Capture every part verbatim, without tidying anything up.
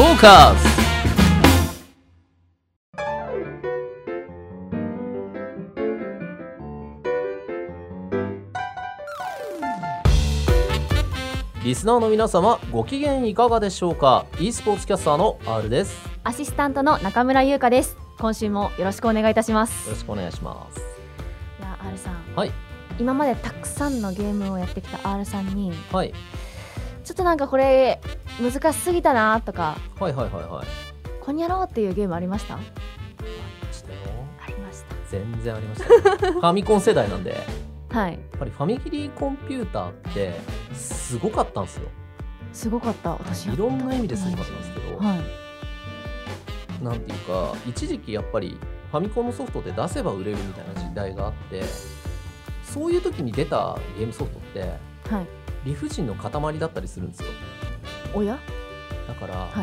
トーカーズ。リスナーの皆様、ご機嫌いかがでしょうか。 e スポーツキャスターの R です。 アシスタントの中村優香です。今週もよろしくお願いいたします。 よろしくお願いします。 いや R さん、 はい、 今までたくさんのゲームをやってきた R さんに、 はい、 ちょっとなんかこれ難しすぎたなとか、 はいはいはいはい、 こんにゃろうっていうゲームありました？ ありましたよ。 ありました。 全然ありましたよファミコン世代なんで、 はい、 やっぱりファミリーコンピューターってすごかったんですよ。 すごかった。私いろんな意味ですごかったんですけど、 はい、 なんていうか、一時期やっぱりファミコンのソフトで出せば売れるみたいな時代があって、そういう時に出たゲームソフトって、 はい、理不尽の塊だったりするんですよ。 おや？ だから、 はい、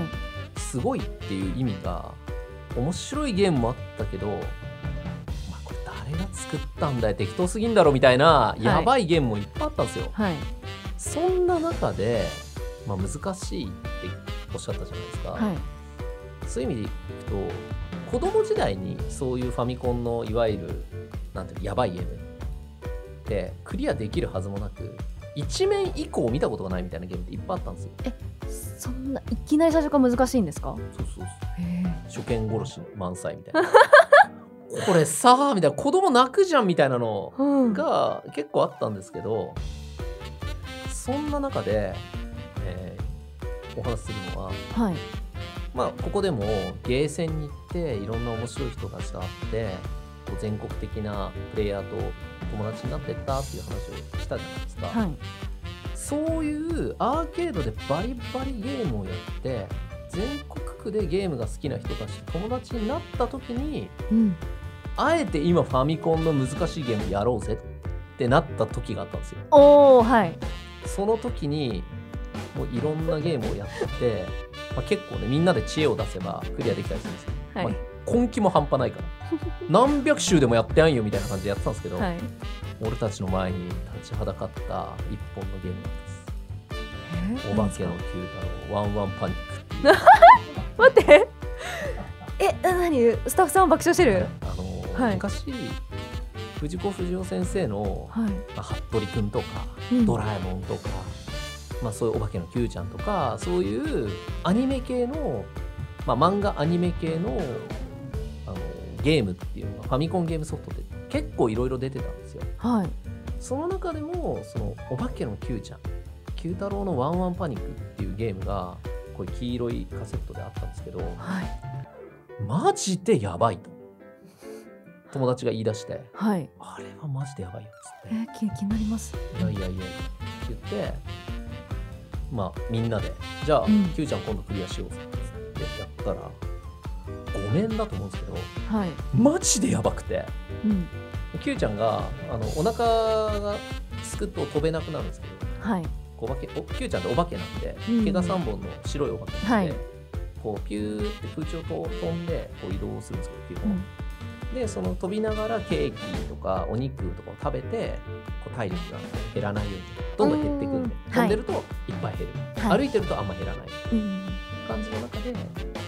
すごいっていう意味が、面白いゲームもあったけど、まあ、これ誰が作ったんだよ、適当すぎんだろみたいな、やばいゲームもいっぱいあったんですよ。 はい、 そんな中で、まあ、難しいっておっしゃったじゃないですか。 はい、 そういう意味でいくと、子供時代にそういうファミコンのいわゆるなんていうやばいゲームでクリアできるはずもなく、一面以降見たことがないみたいなゲームっていっぱいあったんですよ。 え、そんないきなり最初から難しいんですか？ そうそうそう。 へー、 初見殺し満載みたいなこれさあみたいな、子供泣くじゃんみたいなのが結構あったんですけど、そんな中で、えー、お話しするのは、 はい、 まあ、ここでもゲーセンに行っていろんな面白い人たちと会って、こう全国的なプレイヤーと友達になってったっていう話をしたじゃないですか。 はい、そういうアーケードでバリバリゲームをやって全国区でゲームが好きな人たちと友達になった時に、うん、あえて今ファミコンの難しいゲームやろうぜってなった時があったんですよ。 おー、はい。 その時にもういろんなゲームをやってて、まあ、結構ね、みんなで知恵を出せばクリアできたりするんですよ。はい、まあ、根気も半端ないから何百周でもやってやんよみたいな感じでやってたんですけど、はい、俺たちの前に立ちはだかった一本のゲームなんです。お化けの九太郎ワンワンパニックっていう待ってえ、何スタッフさんは爆笑してる？ あのーはい、昔藤子不二雄先生の、はい、まあ、服部くんとか、うん、ドラえもんとか、まあ、そういうお化けの Q ちゃんとか、そういうアニメ系の、まあ、漫画アニメ系の、あのゲームっていうのがファミコンゲームソフトで結構いろいろ出てたんですよ。はい、その中でもそのお化けの Q ちゃん、Q太郎のワンワンパニックっていうゲームがこれ黄色いカセットであったんですけど、はい、マジでやばいと友達が言い出して、はい、あれはマジでやばいよっつって、 えー、気, 気になります。 いやいやいやって言って、まあみんなでじゃあ、うん、Q ちゃん今度クリアしようぜってやったらごめんだと思うんですけど、はい、マジでやばくて、うん、Q ちゃんがあのお腹がすくと飛べなくなるんですけど、はい、お化けお Q ちゃんってお化けなんで、うん、毛がさんぼんの白いお化けなんで、はい、こうピューって空中を飛んでこう移動するんですけど、基本、うん、でその飛びながらケーキとかお肉とかを食べてこう体力が減らないようにどんどん減っていくんで、飛んでるといっぱい減る、はい、歩いてるとあんま減らない、はい、感じの中で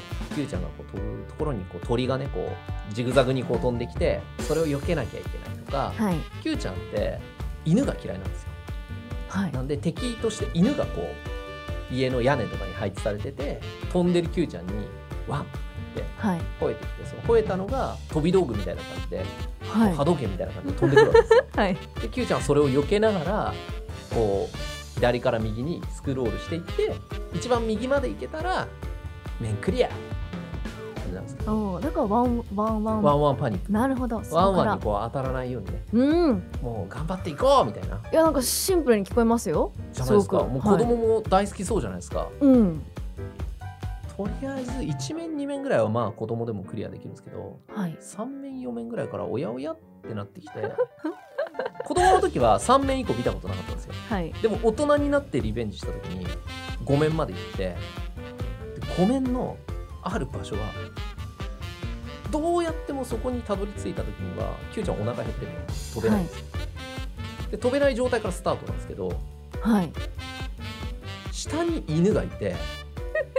Q ちゃんがこう飛ぶところにこう鳥がねこうジグザグにこう飛んできてそれを避けなきゃいけないとか、はい、Q ちゃんって犬が嫌いなんですよ。はい、なんで敵として犬がこう家の屋根とかに配置されてて、飛んでる Q ちゃんにワンって吠えてきて、その吠えたのが飛び道具みたいな感じで、はい、波動拳みたいな感じで飛んでくるわけですよ。はい、で Q ちゃんはそれを避けながらこう左から右にスクロールしていって、一番右まで行けたら面クリアなんですか。 おだからワンワンワンワンワンパニック。 なるほど。 ワンワンにこう当たらないようにね、うん、もう頑張っていこうみたいな。 いやなんかシンプルに聞こえますよ。 じゃないですか。もう子供も大好きそうじゃないですか。はい、うん。とりあえずいち面に面ぐらいはまあ子供でもクリアできるんですけど、はい、さん面よ面ぐらいからおやおやってなってきて子供の時はさん面以降見たことなかったんですよ。はい、でも大人になってリベンジした時にご面まで行って、でご面のある場所はどうやってもそこにたどり着いた時には Q ちゃんお腹減ってて飛べないんですよ。はい、で飛べない状態からスタートなんですけど、はい、下に犬がいて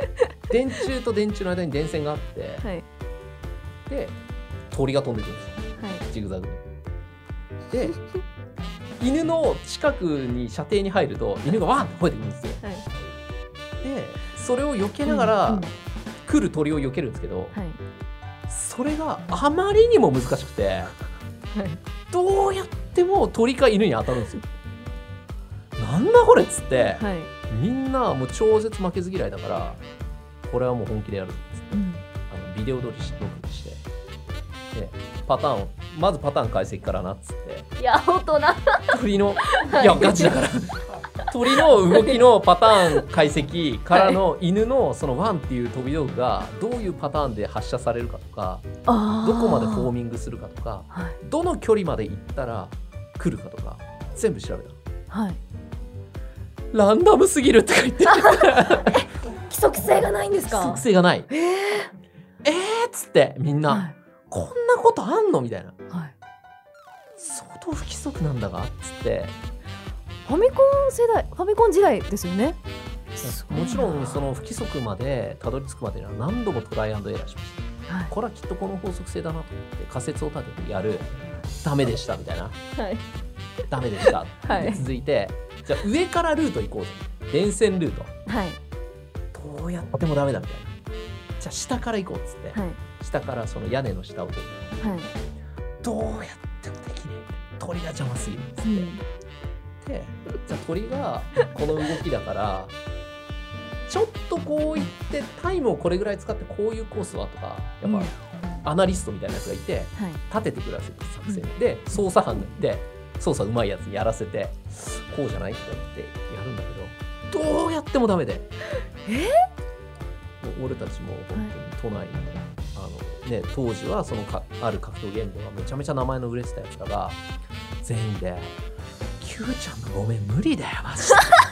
電柱と電柱の間に電線があって、はい、で鳥が飛んでくるんですよ、はい、ジグザグに。で犬の近くに射程に入ると犬がワンって吠えてくるんですよ、はい、でそれを避けながら、うんうん、来る鳥を避けるんですけど、はい、それがあまりにも難しくて、はい、どうやっても鳥か犬に当たるんですよ。なんだこれっつって、はい、みんなもう超絶負けず嫌いだからこれはもう本気でやるっつって、うん、あのビデオ撮りし録画してでパターンをまずパターン解析からなっつって、 いや大人鳥のいやガチだから鳥の動きのパターン解析からの犬のそのワンっていう飛び道具がどういうパターンで発射されるかとか、どこまでフォーミングするかとか、はい、どの距離まで行ったら来るかとか全部調べた、はい、ランダムすぎるって書いて規則性がないんですか？ 規則性がない。えー、えーっつってみんな、はい、こんなことあんのみたいな、はい、相当不規則なんだがっつって。 ファミコン世代、ファミコン時代ですよね。 もちろんその不規則までたどり着くまでには何度もトライアンドエラーしました、はい、これはきっとこの法則性だなと思って仮説を立ててやる。ダメでしたみたいな、はい、ダメでしたって続いて、はい、じゃあ上からルート行こうぜ、電線ルート、はい、どうやってもダメだみたいな。じゃあ下から行こうっつって、はい、下からその屋根の下を通って、はい、どうやってもできねえ、鳥が邪魔すぎるっつって、うん、でじゃあ鳥がこの動きだからちょっとこういってタイムをこれぐらい使ってこういうコースはとかやっぱアナリストみたいなやつがいて立ててくるわけです、作戦で操作班がいて操作うまいやつにやらせてこうじゃないって言ってやるんだけどどうやってもダメで、 えもう俺たちも本当に都内に、あの、ね、当時はそのかある格闘ゲームではめちゃめちゃ名前の売れてたやつらが全員でQちゃんのごめん無理だよマジ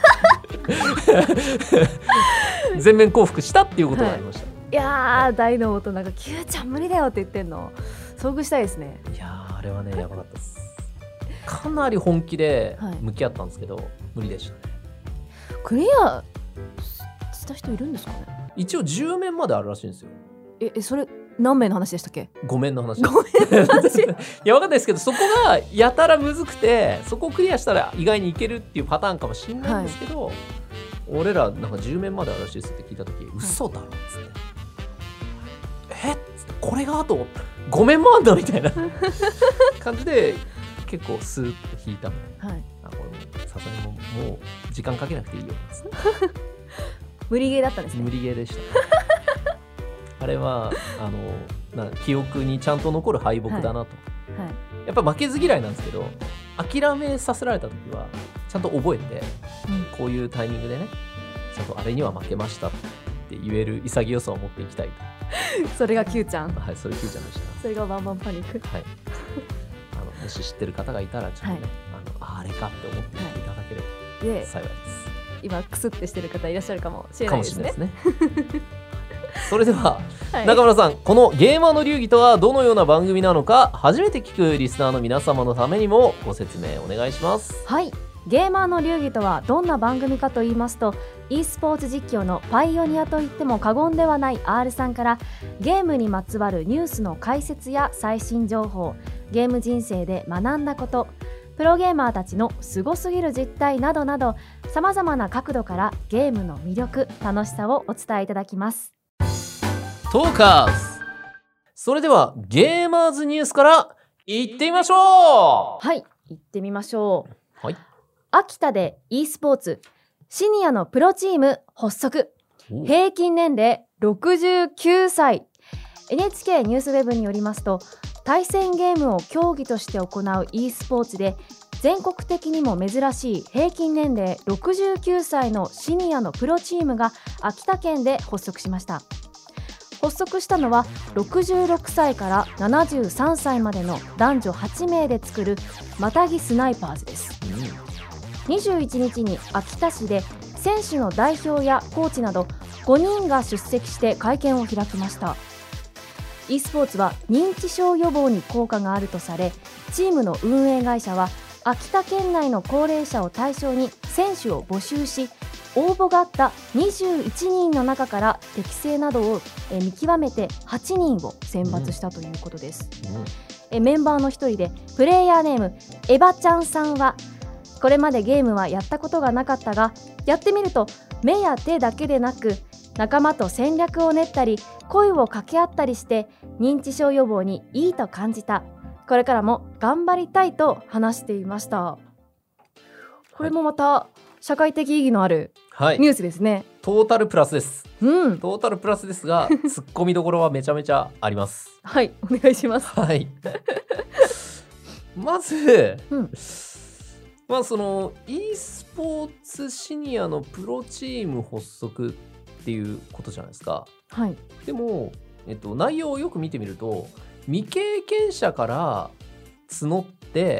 で全面降伏したっていうことがありました、はい、 いやー大の大人が Q ちゃん無理だよって言ってんの遭遇したいですね。 いやーあれはねやばかったですかなり本気で向き合ったんですけど、はい、無理でしたね。 クリアした人いるんですかね。 一応じゅう面まであるらしいんですよ。 ええそれ何名の話でしたっけ？ ご面の話です。 ご面の話いや分かんないですけどそこがやたらむずくてそこをクリアしたら意外にいけるっていうパターンかもしれないんですけど、はい、俺らなんかじゅう面まであるらしいですって聞いた時、はい、嘘だろっつってえっつってこれがあとご面もあんだみたいな感じで結構スーッと引いたの、はい、あこれもさすがにもう、もう時間かけなくていいよ無理ゲーだったんですね。 無理ゲーでした、ねあれはあのな記憶にちゃんと残る敗北だなと、はいはい、やっぱ負けず嫌いなんですけど諦めさせられた時はちゃんと覚えて、うん、こういうタイミングでねちゃんとあれには負けましたって言える潔さを持っていきたいとそれが Q ちゃん。 はい、それ Q ちゃんでした。 それがバンバンパニック。 はいあのもし知ってる方がいたらちょっとね、はい、あのあれかって思っていただければ、はい、幸いです。 今クスってしてる方いらっしゃるかもしれないですね。 かもしれないですねそれでは、はい、中村さんこのゲーマーの流儀とはどのような番組なのか初めて聞くリスナーの皆様のためにもご説明お願いします。 はい、ゲーマーの流儀とはどんな番組かと言いますと e スポーツ実況のパイオニアと言っても過言ではない R さんからゲームにまつわるニュースの解説や最新情報、ゲーム人生で学んだこと、プロゲーマーたちのすごすぎる実態などなどさまざまな角度からゲームの魅力楽しさをお伝えいただきます。 トーカーズ。それではゲーマーズニュースからいってみましょう。はい、行ってみましょう。 はい。 秋田で e スポーツシニアのプロチーム発足、平均年齢ろくじゅうきゅうさい。 エヌエイチケー ニュースウェブによりますと対戦ゲームを競技として行う e スポーツで全国的にも珍しい平均年齢ろくじゅうきゅうさいのシニアのプロチームが秋田県で発足しました。発足したのはろくじゅうろくさいからななじゅうさんさいまでの男女はちめいで作るまたぎスナイパーズです、うん、にじゅういちにちに秋田市で選手の代表やコーチなどごにんが出席して会見を開きました。 e スポーツは認知症予防に効果があるとされチームの運営会社は秋田県内の高齢者を対象に選手を募集し応募があったにじゅういちにんの中から適性などを見極めてはちにんを選抜したということです、うんうん、えメンバーの一人でプレイヤーネームエバちゃんさんは、これまでゲームはやったことがなかったが、やってみると目や手だけでなく仲間と戦略を練ったり声を掛け合ったりして認知症予防にいいと感じた。これからも頑張りたいと話していました。これもまた社会的意義のあるニュースですね、はい、 トータルプラスです、 うん、 トータルプラスですがツッコミどころはめちゃめちゃありますはい、お願いします。 はいまず、 うん、 まあその e スポーツシニアのプロチーム発足っていうことじゃないですか、 はい、 でも、えっと、内容をよく見てみると未経験者から募って、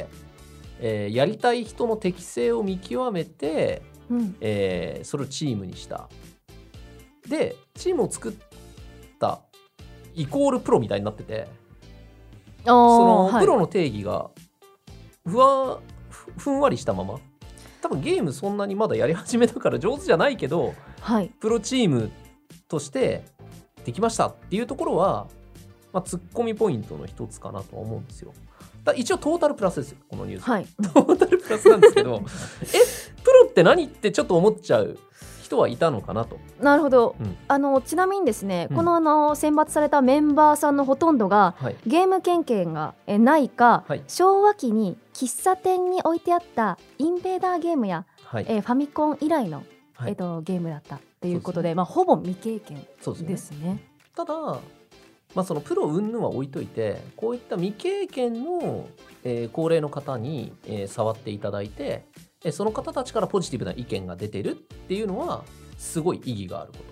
えー、やりたい人の適性を見極めて、 うんえー、それをチームにした。でチームを作ったイコールプロみたいになってて、その、はい、プロの定義がふわふんわりしたまま、多分ゲームそんなにまだやり始めたから上手じゃないけど、 はい、 プロチームとしてできましたっていうところは、まあ、ツッコミポイントの一つかなとは思うんですよ。だ一応トータルプラスですよこのニュース、 はい、 トータルプラスなんですけどえプロって何ってちょっと思っちゃう人はいたのかなと。 なるほど、 うん、 あのちなみにですね、 うん、 このあの選抜されたメンバーさんのほとんどが、 はい、 ゲーム経験がえないか、 はい、 昭和期に喫茶店に置いてあったインベーダーゲームや、はい、えー、ファミコン以来の、はい、えー、とゲームだったということ で, で、ね、まあ、ほぼ未経験ですね。 ただ、まあ、そのプロ云々は置いといて、こういった未経験の、えー、高齢の方に、えー、触っていただいて、えー、その方たちからポジティブな意見が出てるっていうのはすごい意義があること、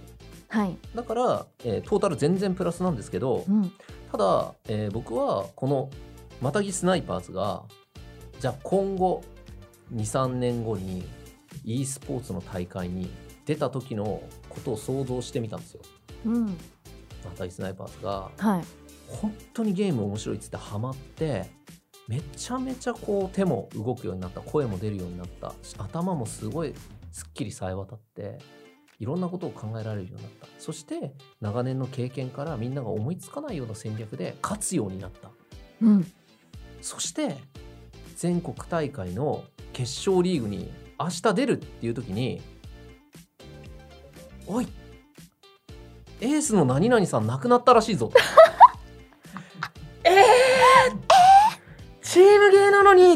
はい、だから、えー、トータル全然プラスなんですけど、 うん、 ただ、えー、僕はこのまたぎスナイパーズがじゃあ今後 に,さん 年後に e スポーツの大会に出た時のことを想像してみたんですよ、 うん、 またぎスナイパーズが、 はい、 本当にゲーム面白いっつってハマって、めちゃめちゃこう手も動くようになった、声も出るようになった、頭もすごいすっきりさえ渡って、いろんなことを考えられるようになった。そして長年の経験からみんなが思いつかないような戦略で勝つようになった、 うん、 そして全国大会の決勝リーグに明日出るっていう時に、おいエースの何々さん亡くなったらしいぞえー、えー、チームゲーなのに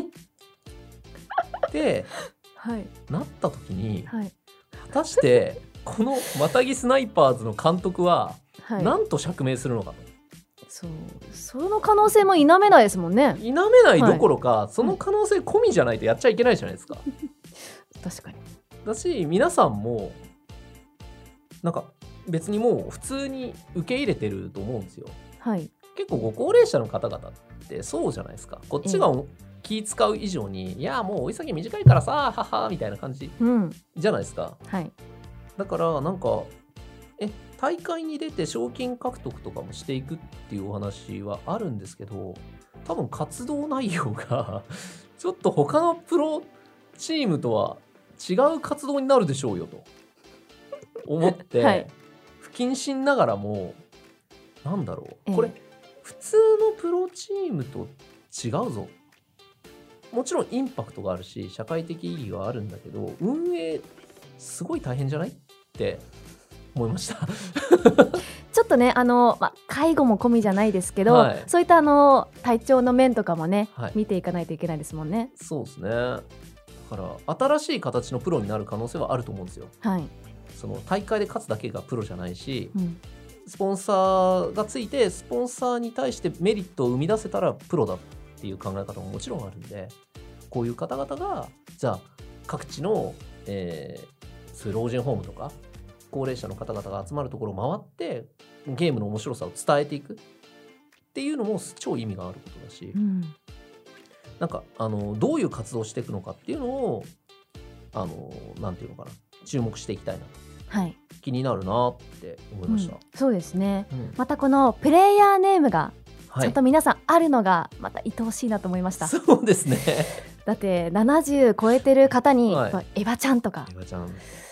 ってはい、 なった時に、 はい、 果たしてこのまたぎスナイパーズの監督は何と釈明するのかと、はい、 そうその可能性も否めないですもんね。 否めないどころか、はい、その可能性込みじゃないとやっちゃいけないじゃないですか確かに。 だし皆さんもなんか別にもう普通に受け入れてると思うんですよ、 はい、 結構ご高齢者の方々ってそうじゃないですか。こっちが気使う以上に、いやもう追い先短いからさははみたいな感じじゃないですか、 うん、はい、 だからなんかえ大会に出て賞金獲得とかもしていくっていうお話はあるんですけど、多分活動内容がちょっと他のプロチームとは違う活動になるでしょうよと思って、はい、不謹慎ながらもなんだろう、これ、ええ、普通のプロチームと違うぞ。もちろんインパクトがあるし社会的意義があるんだけど、運営すごい大変じゃないって思いましたちょっとねあの、ま、介護も込みじゃないですけど、はい、そういったあの体調の面とかもね、はい、見ていかないといけないですもんね。 そうですね。だから新しい形のプロになる可能性はあると思うんですよ、はい、その大会で勝つだけがプロじゃないし、うん、スポンサーがついてスポンサーに対してメリットを生み出せたらプロだっていう考え方ももちろんあるんで、こういう方々がじゃあ各地の、えー、そういう老人ホームとか高齢者の方々が集まるところを回ってゲームの面白さを伝えていくっていうのも超意味があることだし、うん、なんかあのどういう活動をしていくのかっていうのをあのなんていうのかな注目していきたいな、はい、気になるなって思いました、うん、 そうですね、うん、またこのプレイヤーネームがちゃんと皆さんあるのがまた愛おしいなと思いました、 はい、そうですねだってななじゅう超えてる方に、はい、エヴァちゃんとかエヴァちゃん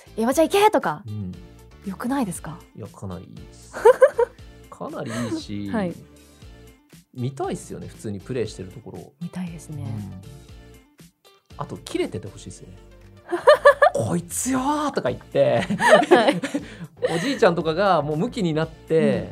エヴァちゃん行けとか、 うん、 よくないですか？ いやかなりいいですかなりいいし、 はい、 見たいっすよね。普通にプレイしてるところを見たいですね、 うん、あとキレててほしいですよねこいつよーとか言って、はい、おじいちゃんとかがもうムキになって、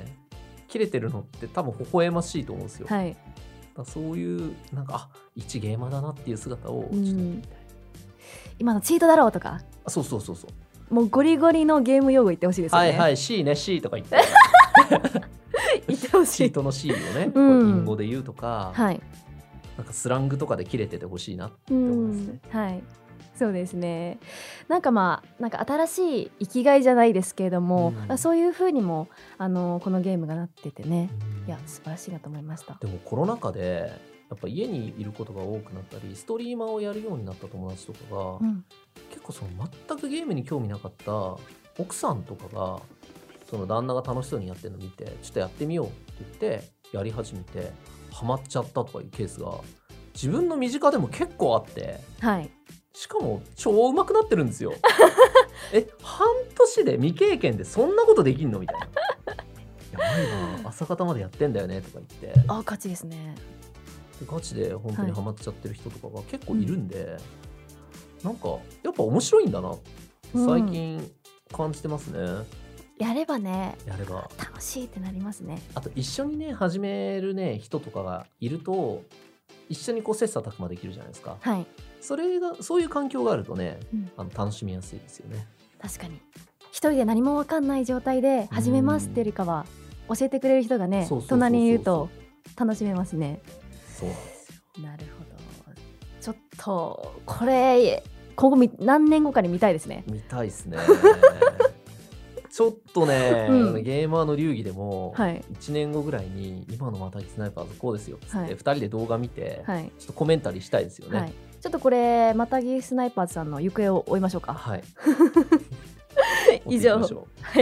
うん、キレてるのって多分微笑ましいと思うんですよ、はい、だそういうなんかあ一ゲーマーだなっていう姿をちょっと見たい、うん、 今のチートだろうとか、 そうそうそうそう、 もうゴリゴリのゲーム用語言ってほしいですよね。 はいはい C ね C とか言って言ってほしい。 チートの C をね、うん、隠語で言うとか、 はい、 なんかスラングとかで切れててほしいなって思いますね、 うん、はい、そうですね。なんかまあなんか新しい生きがいじゃないですけれども、うん、そういう風にもあのこのゲームがなっててね、うん、いや素晴らしいなと思いました。 でもコロナ禍でやっぱ家にいることが多くなったり、ストリーマーをやるようになった友達とかが、うん、結構その全くゲームに興味なかった奥さんとかがその旦那が楽しそうにやってるのを見て、ちょっとやってみようって言ってやり始めてハマっちゃったとかいうケースが自分の身近でも結構あって、はい、しかも超上手くなってるんですよえ半年で未経験でそんなことできんのみたいなやばいな、朝方までやってんだよねとか言って、 あガチですね。 ガチで本当にハマっちゃってる人とかが結構いるんで、はい、なんかやっぱ面白いんだな最近感じてますね、うん、 やればね、 やれば楽しいってなりますね。 あと一緒にね始めるね人とかがいると一緒にこう切磋琢磨できるじゃないですか、はい、それがそういう環境があるとね、うん、あの楽しみやすいですよね。 確かに一人で何も分かんない状態で始めますっていうよりかは教えてくれる人がね隣にいると楽しめますね。 そうなんですよ。 なるほど。ちょっとこれ今後何年後かに見たいですね。 見たいですねちょっとね、うん、ゲーマーの流儀でもいちねんごぐらいに今のまたぎスナイパーズこうですよっつってふたりで動画見て、はい、ちょっとコメンタリーしたいですよね、はい、 ちょっとこれまたぎスナイパーズさんの行方を追いましょうか。はい以上、はい、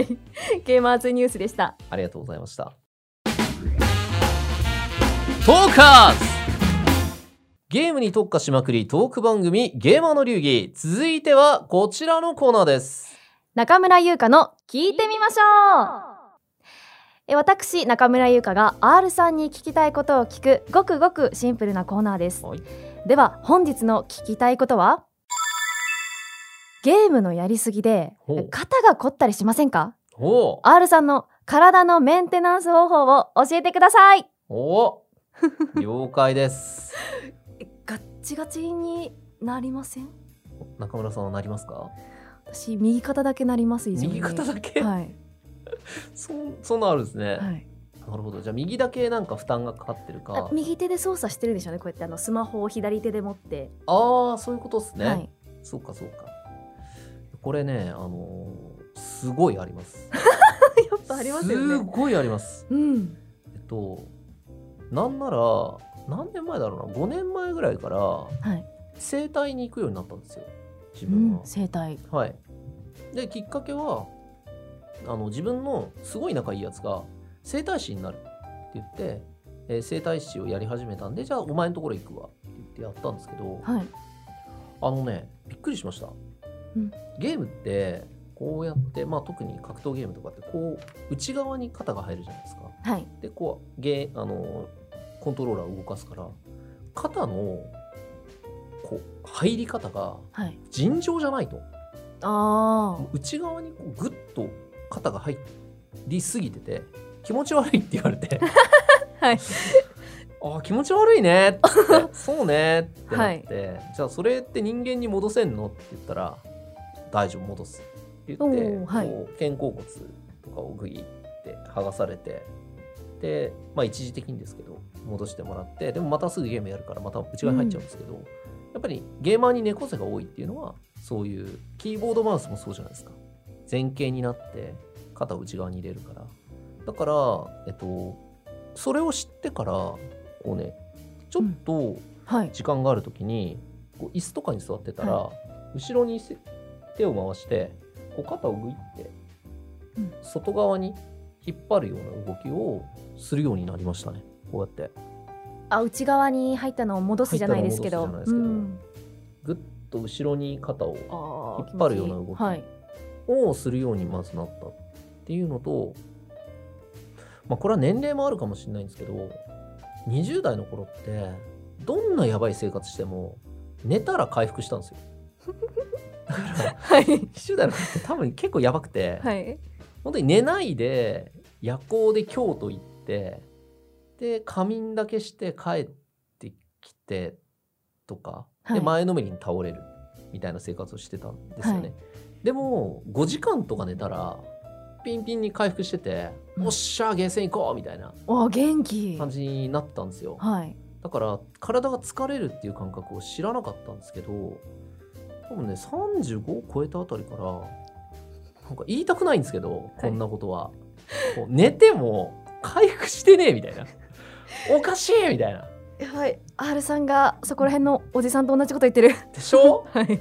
ゲーマーズニュースでした。 ありがとうございました。トーカーズゲームに特化しまくりトーク番組ゲーマーの流儀、続いてはこちらのコーナーです。 中村優香の聞いてみましょう。え私中村優香が R さんに聞きたいことを聞くごくごくシンプルなコーナーです、はい、では本日の聞きたいことは、ゲームのやりすぎで肩が凝ったりしませんか？ R さんの体のメンテナンス方法を教えてください。 お了解ですガッチガチになりません？ 中村さんはなりますか？ 私右肩だけなります。 右肩だけ、はい、そ, そんなあるんですね、はい、なるほど。じゃあ右だけなんか負担がかかってるか。 右手で操作してるでしょうね。こうやってあのスマホを左手で持って。 ああそういうことですね、はい、そうかそうか。これね、あのー、すごいありますやっぱありますよね。 すごいあります、 うん、 えっとなんなら何年前だろうな、ごねんまえぐらいから、はい、整体に行くようになったんですよ自分は、 うん、整体。 はい。できっかけはあの自分のすごい仲いいやつが整体師になるって言って、えー、整体師をやり始めたんで、じゃあお前のところ行くわって言ってやったんですけど、はい、あのねびっくりしました、うん、ゲームってこうやって、まあ、特に格闘ゲームとかってこう内側に肩が入るじゃないですか、はい、でこうゲーあのコントローラーを動かすから肩のこう入り方が尋常じゃないと、はい、あ内側にこうグッと肩が入りすぎてて気持ち悪いって言われて、はい、あ気持ち悪いねってそうねってなって、はい、じゃあそれって人間に戻せんのって言ったら大丈夫戻すって言って、はい、こう肩甲骨とかをグイって剥がされて、で、まあ、一時的にですけど戻してもらって、でもまたすぐゲームやるからまた内側に入っちゃうんですけど、うん、やっぱりゲーマーに猫背が多いっていうのはそういうキーボードマウスもそうじゃないですか。前傾になって肩を内側に入れるから、だから、えっと、それを知ってからこうねちょっと時間があるときに、うんはい、こう椅子とかに座ってたら、はい、後ろに手を回してこう肩をグイって外側に引っ張るような動きをするようになりましたね。こうやってあ内側に入ったのを戻すじゃないですけど、 うん、ぐっと後ろに肩を引っ張るような動き、はい、 をするようにまずなったっていうのと、まあこれは年齢もあるかもしれないんですけど、にじゅう代の頃ってどんなやばい生活しても寝たら回復したんですよ。だから、はい、にじゅう代の頃って多分結構やばくて、はい、本当に寝ないで夜行で京都行って、で仮眠だけして帰ってきてとか、はい、で前のめりに倒れるみたいな生活をしてたんですよね、はい、でもごじかんとか寝たらピンピンに回復してて、うん、おっしゃーゲーセン行こうみたいな元気感じになったんですよ、 はい、 だから体が疲れるっていう感覚を知らなかったんですけど、多分ねさんじゅうごを超えたあたりからなんか言いたくないんですけど、こんなことは、はい、こう寝ても回復してねえみたいなおかしいみたいな、 やばい R さんがそこら辺のおじさんと同じこと言ってるでしょはい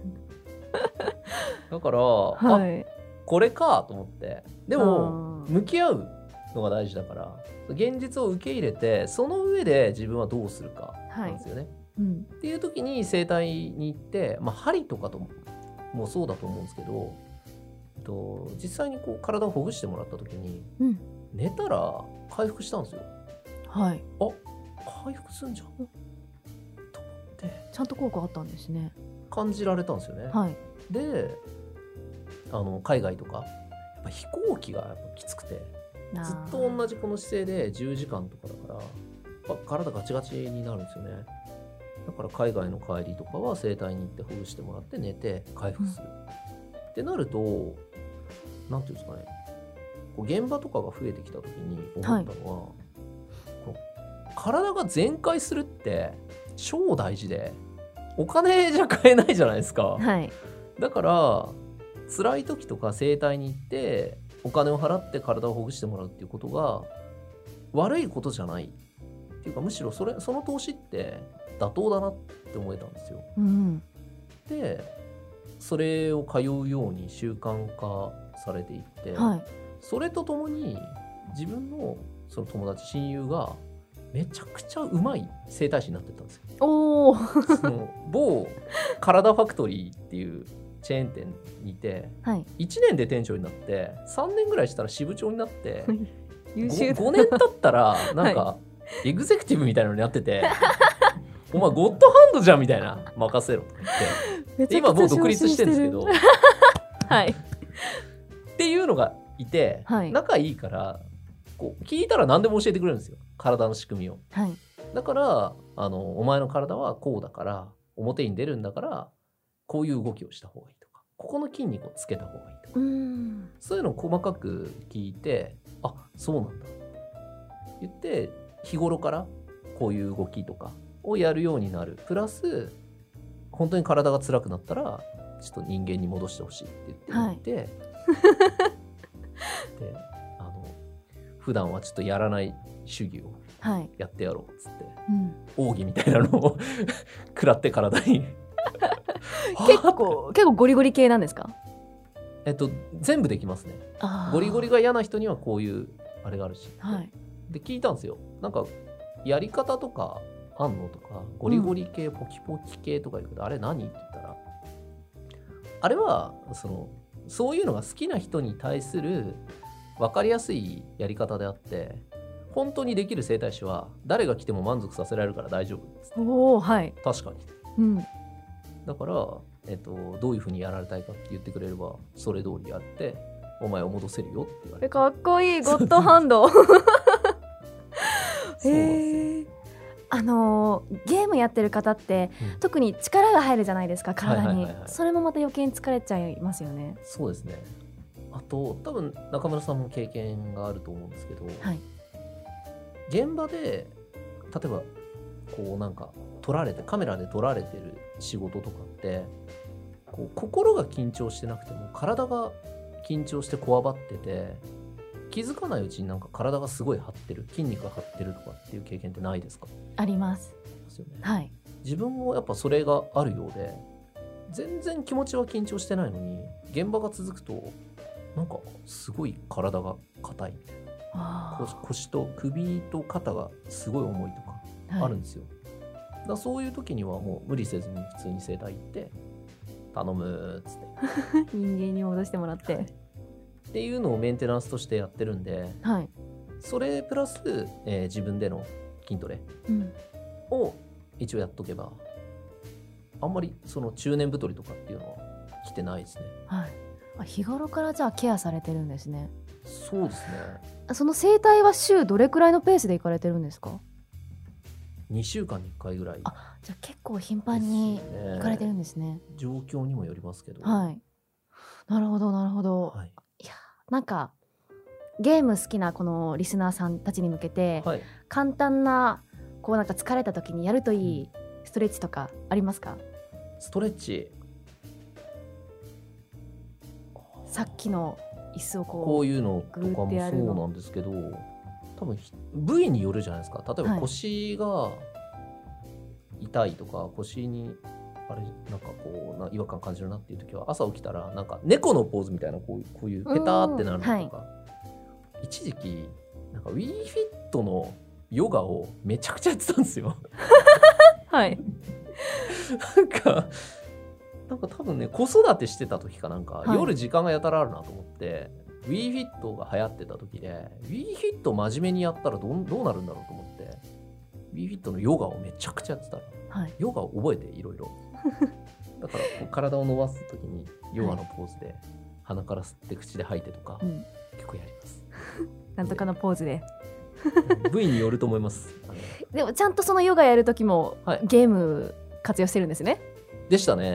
だから、 はい、 あこれかと思って、でも向き合うのが大事だから、現実を受け入れてその上で自分はどうするかなんですよね、はい、うん、っていう時に整体に行って、まあ、針とかと も, もそうだと思うんですけど、と実際にこう体をほぐしてもらった時に、うん、寝たら回復したんですよ。はい、あ回復すんじゃんと思ってちゃんと効果あったんですね。 感じられたんですよね、はい、であの海外とかやっぱ飛行機がやっぱきつくてずっと同じこの姿勢でじゅうじかんとかだから体ガチガチになるんですよね。だから海外の帰りとかは整体に行ってほぐしてもらって寝て回復する、うん、ってなるとなんていうんですかね、こう現場とかが増えてきた時に思ったのは、はい、こう体が全開するって超大事でお金じゃ買えないじゃないですか、はい、だから辛い時とか整体に行ってお金を払って体をほぐしてもらうっていうことが悪いことじゃないっていうか、むしろそれその投資って妥当だなって思えたんですよ、うん、でそれを通うように習慣化されていって、はい、それとともに自分のその友達親友がめちゃくちゃうまい整体師になってたんですよ。おその某体ファクトリーっていうチェーン店にいて、はい、いちねんで店長になってさんねんぐらいしたら支部長になって優秀 ご, ごねん経ったらなんかエグゼクティブみたいなのになってて、はい、お前ゴッドハンドじゃんみたいな、任せろって言って今もう独立してるんですけどはい、っていうのがいて、はい、仲いいからこう聞いたら何でも教えてくれるんですよ、体の仕組みを、はい、だからあのお前の体はこうだから表に出るんだからこういう動きをした方がいいとか、ここの筋肉をつけた方がいいとか、うーんそういうのを細かく聞いて、あそうなんだって言って日頃からこういう動きとかをやるようになる、プラス本当に体が辛くなったらちょっと人間に戻してほしいって言って言って、はい、であの普段はちょっとやらない手技をやってやろうっつって、はいうん、奥義みたいなのを食らって体に結構結構ゴリゴリ系なんですか？ えっと全部できますね。ゴリゴリが嫌な人にはこういうあれがあるし、はい、で聞いたんですよ、なんかやり方とかあんのとか、ゴリゴリ系、うん、ポキポキ系とか言うけどあれ何って言ったら、あれはそのそういうのが好きな人に対する分かりやすいやり方であって、本当にできる整体師は誰が来ても満足させられるから大丈夫です。おー、はい、確かに、うん、だから、えっと、どういうふうにやられたいかって言ってくれればそれ通りやってお前を戻せるよって言われて、 かっこいいゴッドハンドへえ。あのー、ゲームやってる方って、うん、特に力が入るじゃないですか体に、はいはいはいはい、それもまた余計に疲れちゃいますよね。 そうですね。あと多分中村さんも経験があると思うんですけど、はい、現場で例えばこうなんか撮られてカメラで撮られてる仕事とかってこう心が緊張してなくても体が緊張してこわばってて気づかないうちになんか体がすごい張ってる、筋肉が張ってるとかっていう経験ってないですか？ あります。 ですよね。はい。自分もやっぱそれがあるようで、全然気持ちは緊張してないのに現場が続くとなんかすごい体が硬いみたいな、腰と首と肩がすごい重いとかあるんですよ、はい、だそういう時にはもう無理せずに普通に整体行って頼むっつって人間に戻してもらって、はい、 っていうのをメンテナンスとしてやってるんで、 はい、 それプラス、えー、自分での筋トレを一応やっとけば、あんまりその中年太りとかっていうのは来てないですね。 はい、あ、日頃からじゃあケアされてるんですね。 そうですね。 その整体は週どれくらいのペースで行かれてるんですか？ にしゅうかんにいっかいぐらい。 あ、じゃあ結構頻繁に行かれてるんですね。 状況にもよりますけど。 はい。なるほどなるほど。はい、いや、なんかゲーム好きなこのリスナーさんたちに向けて、はい、簡単なこうなんか疲れた時にやるといいストレッチとかありますか？ ストレッチ、 さっきの椅子をこうこういうのとかもそうなんですけど、多分部位によるじゃないですか。例えば腰が痛いとか、はい、腰にあれなんかこうな違和感感じるなっていう時は、朝起きたらなんか猫のポーズみたいなこういうこういうペターってなるのとか、はい、一時期なんか WeFit のヨガをめちゃくちゃやってたんですよ。 はいなんかなんか多分ね、子育てしてた時かなんか、はい、夜時間がやたらあるなと思って WeFit が流行ってた時で WeFit 真面目にやったら ど, どうなるんだろうと思って WeFit のヨガをめちゃくちゃやってたら、はい、ヨガを覚えていろいろだから体を伸ばす時にヨガのポーズで、はい、鼻から吸って口で吐いてとか、うん、結構やりますなんとかのポーズで部位によると思いますでもちゃんとそのヨガやる時も、はい、ゲーム活用してるんですね。 でしたね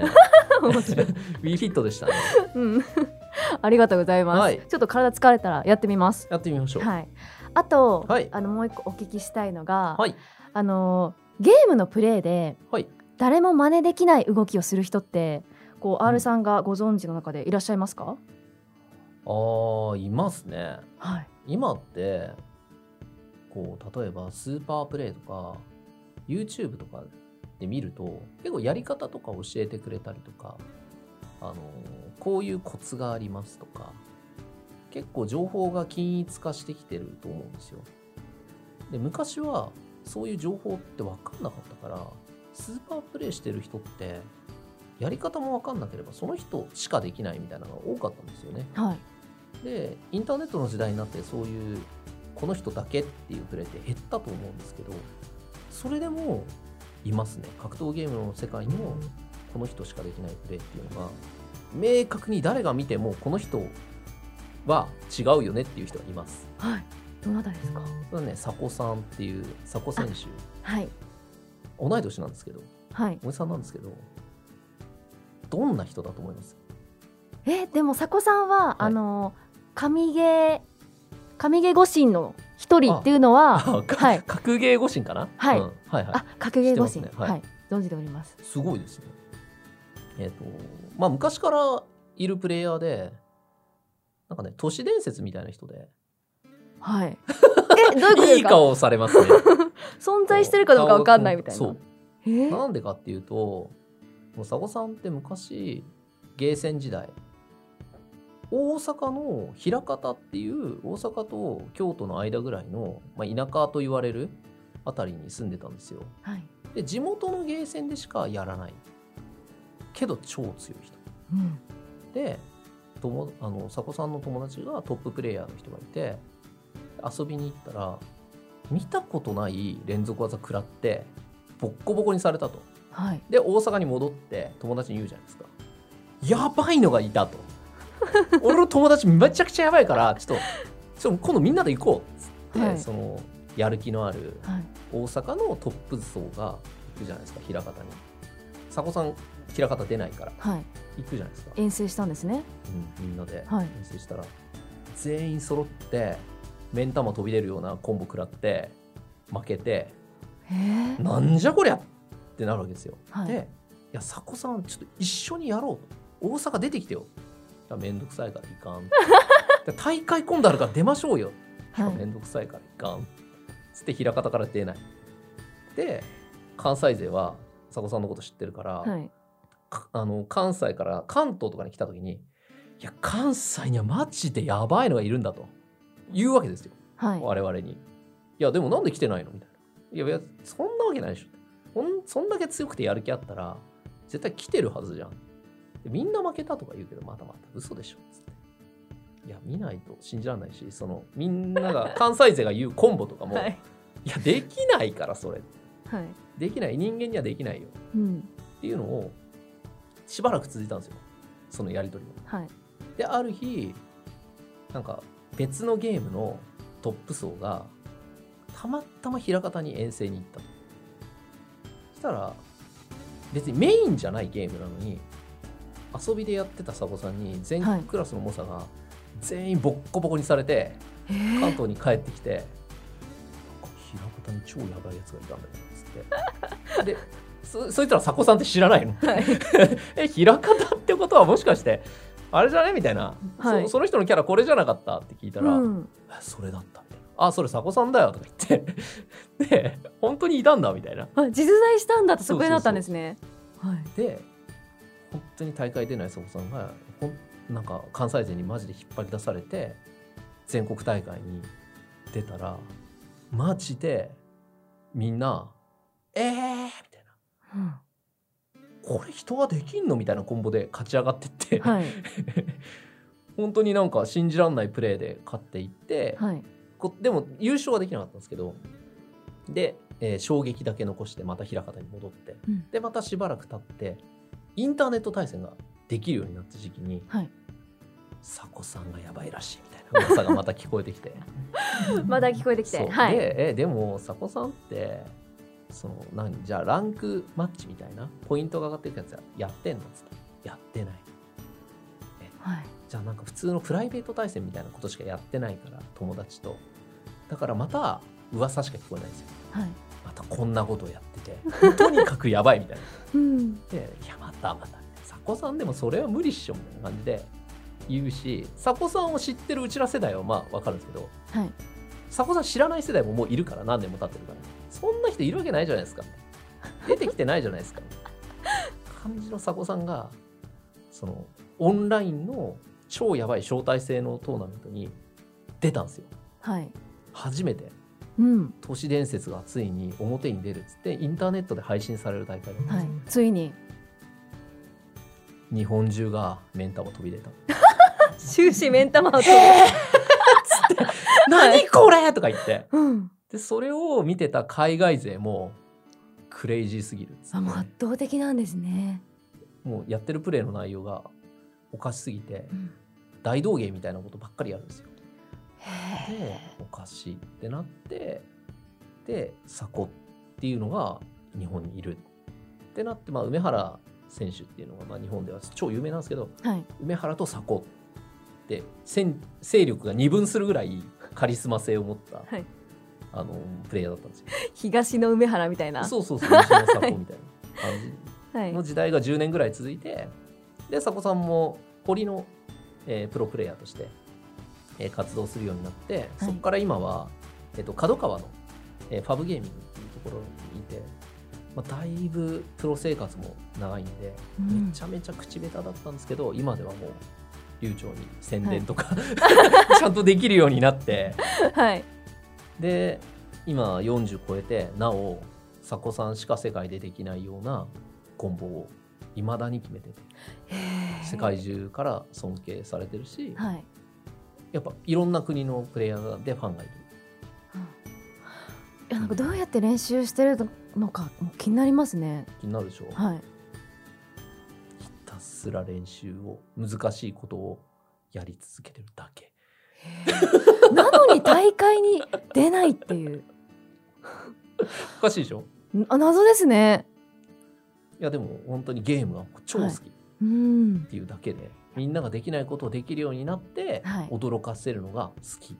WeFit でしたね、 うん、ありがとうございます、はい、ちょっと体疲れたらやってみます。 やってみましょう、 はい、あと、はい、あのもう一個お聞きしたいのが、はい、あのゲームのプレイで、はい、誰も真似できない動きをする人ってこう、うん、R さんがご存知の中でいらっしゃいますか？ あー、いますね、 はい、 今ってこう例えばスーパープレイとか YouTube とかで見ると結構やり方とか教えてくれたりとか、あのこういうコツがありますとか、結構情報が均一化してきてると思うんですよ。で、昔はそういう情報って分かんなかったから、スーパープレイしてる人ってやり方も分かんなければその人しかできないみたいなのが多かったんですよね、 はい、 でインターネットの時代になってそういうこの人だけっていうプレイって減ったと思うんですけど、それでもいますね。格闘ゲームの世界にもこの人しかできないプレイっていうのが明確に誰が見てもこの人は違うよねっていう人がいます。 はい。どなたですか？ それはね、佐古さんっていう佐古選手、 はい、 同い年なんですけど、 はい、 おじさんなんですけど、どんな人だと思います？ えでも佐古さんは、はい、あの神ゲー神ゲー護身の一人っていうのは、 はい、格ゲー護身かな、 はい、 うん、はいはい、 あ、格ゲー護身、 ね、 はい、はい、存じております。 すごいですね。えっとまあ昔からいるプレイヤーで、なんかね、都市伝説みたいな人で、 はい。え、どういうことですか？ いい顔をされますね。 存在してるかどうか分かんないみたいな。 そう。えー、なんでかっていうと、もう佐古さんって昔ゲーセン時代、大阪の枚方っていう大阪と京都の間ぐらいの、まあ、田舎と言われるあたりに住んでたんですよ、 はい、 で地元のゲーセンでしかやらないけど超強い人、 うん、 でともあの佐古さんの友達がトッププレイヤーの人がいて、遊びに行ったら見たことない連続技食らってボッコボコにされたと、 はい、 で大阪に戻って友達に言うじゃないですか、やばいのがいたと俺の友達めちゃくちゃやばいからちょっとちょっと今度みんなで行こうっつって、はい、そのやる気のある大阪のトップ層が行くじゃないですか、枚方に。佐古さん枚方出ないから、 はい、 行くじゃないですか。 遠征したんですね、 うん、みんなで遠征したら、はい、全員揃って目ん玉飛び出るようなコンボ食らって負けて、 へなんじゃこりゃってなるわけですよ、 はい、で、 いや佐古さんちょっと一緒にやろうと、大阪出てきてよ、めんどくさいからいかん大会今度あるから出ましょうよ、はい、めんどくさいからいかんつって枚方から出ないで、関西勢は佐古さんのこと知ってるから、 はい、 あの関西から関東とかに来た時に、いや関西にはマジでやばいのがいるんだと言うわけですよ、 はい、 我々に。いやでもなんで来てないのみたいな。いやいやそんなわけないでしょ、そんだけ強くてやる気あったら絶対来てるはずじゃんっみんな負けたとか言うけどまたまた嘘でしょっつって、いや見ないと信じられないし、そのみんなが関西勢が言うコンボとかも、はい、いやできないからそれ、はい、できない、人間にはできないよ、うん、っていうのをしばらく続いたんですよ、そのやり取りも、はい、である日なんか別のゲームのトップ層がたまたま枚方に遠征に行った。そしたら別にメインじゃないゲームなのに遊びでやってた佐古さんに全クラスの猛者が全員ボッコボコにされて、はい、関東に帰ってきて、なんか枚方に超やばいやつがいたんだよっつってで そ, そいつら佐古さんって知らないの、はい、え枚方ってことはもしかしてあれじゃねみたいな、はい、そ, その人のキャラこれじゃなかったって聞いたら、うん、それだったみたいな、あそれ佐古さんだよとか言ってで本当にいたんだみたいな、 あ実在したんだってそこでなったんですね。 はい、で本当に大会出ない佐古さんがほんなんか関西勢にマジで引っ張り出されて全国大会に出たらマジでみんなえーみたいな、うんこれ人ができんのみたいなコンボで勝ち上がってって、はい、本当になんか信じらんないプレーで勝っていって、はい、こでも優勝はできなかったんですけど、で、えー、衝撃だけ残してまた枚方に戻って、うん、でまたしばらく経ってインターネット対戦ができるようになった時期に、はい、佐古さんがやばいらしいみたいな噂がまた聞こえてきてまた聞こえてきて、はい、 で, えでも佐古さんってその何じゃあランクマッチみたいなポイントが上がっていくやつはやってんのっつってやってないえ、はい、じゃあなんか普通のプライベート対戦みたいなことしかやってないから友達とだからまた噂しか聞こえないんですよ、はい、またこんなことをやっててとにかくやばいみたいな、うん、でいやまたまた佐古さんでもそれは無理っしょみたいな感じで言うし、佐古さんを知ってるうちら世代はまあ分かるんですけど、はい、佐古さん知らない世代ももういるから何年も経ってるからそんな人いるわけないじゃないですか出てきてないじゃないですか感じの佐古さんがそのオンラインの超やばい招待制のトーナメントに出たんですよ、はい、初めて、うん、都市伝説がついに表に出るっつってインターネットで配信される大会だったんです、はい、 ついに日本中が目ん玉飛び出た終始目ん玉を飛び出た、えー、 つって何これとか言って、うんでそれを見てた海外勢もクレイジーすぎるっつって、 あもう圧倒的なんですね。 もうやってるプレーの内容がおかしすぎて、うん、大道芸みたいなことばっかりやるんですよ。でおかしいってなってで佐古っていうのが日本にいるってなって、まあ、梅原選手っていうのがまあ日本では超有名なんですけど、はい、梅原と佐古って勢力が二分するぐらいカリスマ性を持った、はいあのプレイヤーだったんですよ。 東の梅原みたいな。 そうそうそう、西の佐古みたいな感じの時代がじゅうねんぐらい続いて、で佐古さんも堀の、えー、プロプレイヤーとして、えー、活動するようになって、はい、そこから今は、えー、と角川の、えー、ファブゲーミングっていうところにいて、まあ、だいぶプロ生活も長いんで、うん、めちゃめちゃ口下手だったんですけど、今ではもう流暢に宣伝とか、はい、ちゃんとできるようになって、はいで今よんじゅう超えてなお佐古さんしか世界でできないようなコンボをいまだに決めてて世界中から尊敬されてるし、はい、やっぱいろんな国のプレイヤーでファンがいる、 うん、いやなんかどうやって練習してるのかもう気になりますね。 気になるでしょ、はい、ひたすら練習を難しいことをやり続けてるだけなのに大会に出ないっていうおかしいでしょ。 あ謎ですね。 いやでも本当にゲームが超好きっていうだけで、はい、みんなができないことをできるようになって、はい、驚かせるのが好き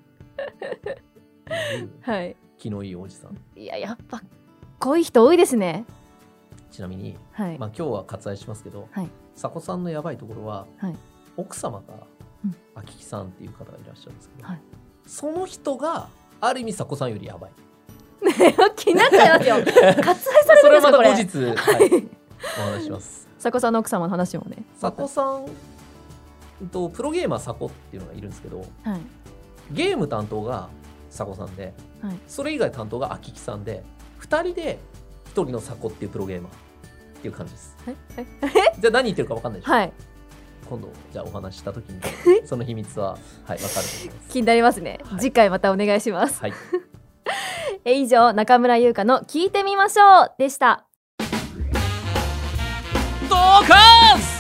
はい、気のいいおじさん。 いややっぱ濃い人多いですね。 ちなみに、はいまあ、今日は割愛しますけど、はい、佐古さんのやばいところは、はい、奥様が秋木さんっていう方がいらっしゃるんですけど、はい、その人がある意味佐古さんよりやばい気になっちゃいますよ割愛されてるんですかそれはまた後日、はい、お話します。 佐古さんの奥様の話もね。 佐古さんとプロゲーマー佐古っていうのがいるんですけど、はい、ゲーム担当が佐古さんで、はい、それ以外担当が秋木さんでふたりでひとりの佐古っていうプロゲーマーっていう感じです、はいはい、じゃあ何言ってるか分かんないでしょ、はい、 今度じゃあお話しした時にその秘密は、はい、分かると思います。 気になりますね、はい、次回またお願いします、 はい、 え以上中村優香の聞いてみましょうでした。 ドーカーズ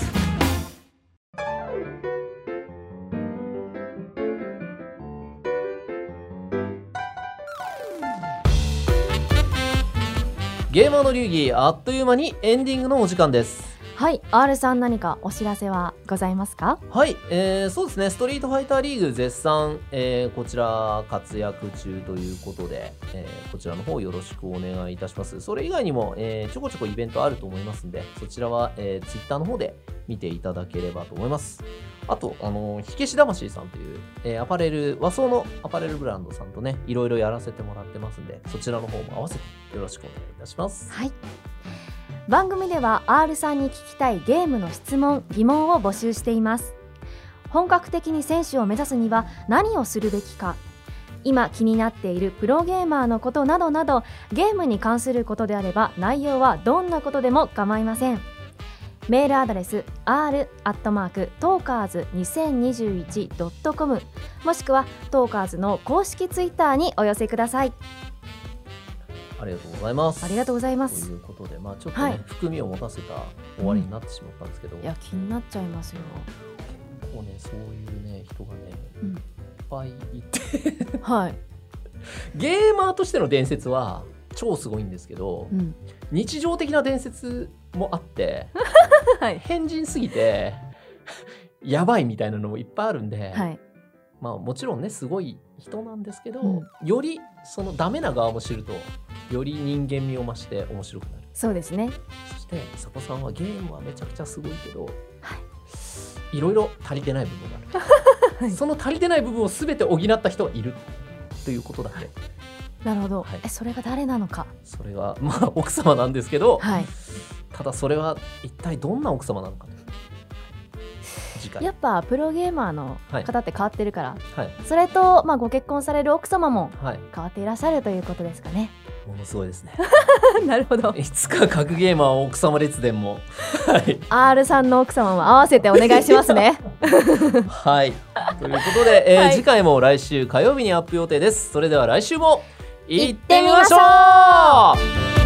ゲーマーの流儀、あっという間にエンディングのお時間です。 はい、 R さん何かお知らせはございますか？ はい、えー、そうですね、ストリートファイターリーグ絶賛、えー、こちら活躍中ということで、えー、こちらの方よろしくお願いいたします。それ以外にも、えー、ちょこちょこイベントあると思いますんで、そちらは、えー、Twitter の方で見ていただければと思います。あと、あの火消し魂さんという、えー、アパレル和装のアパレルブランドさんとね、いろいろやらせてもらってますんで、そちらの方も合わせてよろしくお願いいたします。 はい、番組では R さんに聞きたいゲームの質問・疑問を募集しています。本格的に選手を目指すには何をするべきか、今気になっているプロゲーマーのことなどなど、ゲームに関することであれば内容はどんなことでも構いません。メールアドレス アール アットマーク トーカーズにせんにじゅういち ドットコム もしくはトーカーズの公式ツイッターにお寄せください。 ありがとうございます。 ありがとうございます。 ということで、まあ、ちょっとね、はい、含みを持たせた終わりになってしまったんですけど、うん、 いや気になっちゃいますよ。 結構ね、そういうね人がね、 うん、 いっぱいいてはい、 ゲーマーとしての伝説は超すごいんですけど、うん、日常的な伝説もあって、はい、変人すぎてやばいみたいなのもいっぱいあるんで、はい、まあ、もちろんねすごい人なんですけど、うん、よりそのダメな側も知るとより人間味を増して面白くなる。 そうですね。 そして佐古さんはゲームはめちゃくちゃすごいけど、はい、いろいろ足りてない部分がある、はい、その足りてない部分を全て補った人がいるということだけ。 なるほど、はい、えそれが誰なのか。 それがまあ奥様なんですけど、 はい、 ただそれは一体どんな奥様なのかと。 やっぱプロゲーマーの方って変わってるから、 はい、 それと、まあ、ご結婚される奥様も変わっていらっしゃるということですかね。 ものすごいですねなるほど。 いつか格ゲーマー奥様列伝も、はい、 R さんの奥様も合わせてお願いしますねはい、ということで、えーはい、次回も来週火曜日にアップ予定です。それでは来週も行ってみましょう。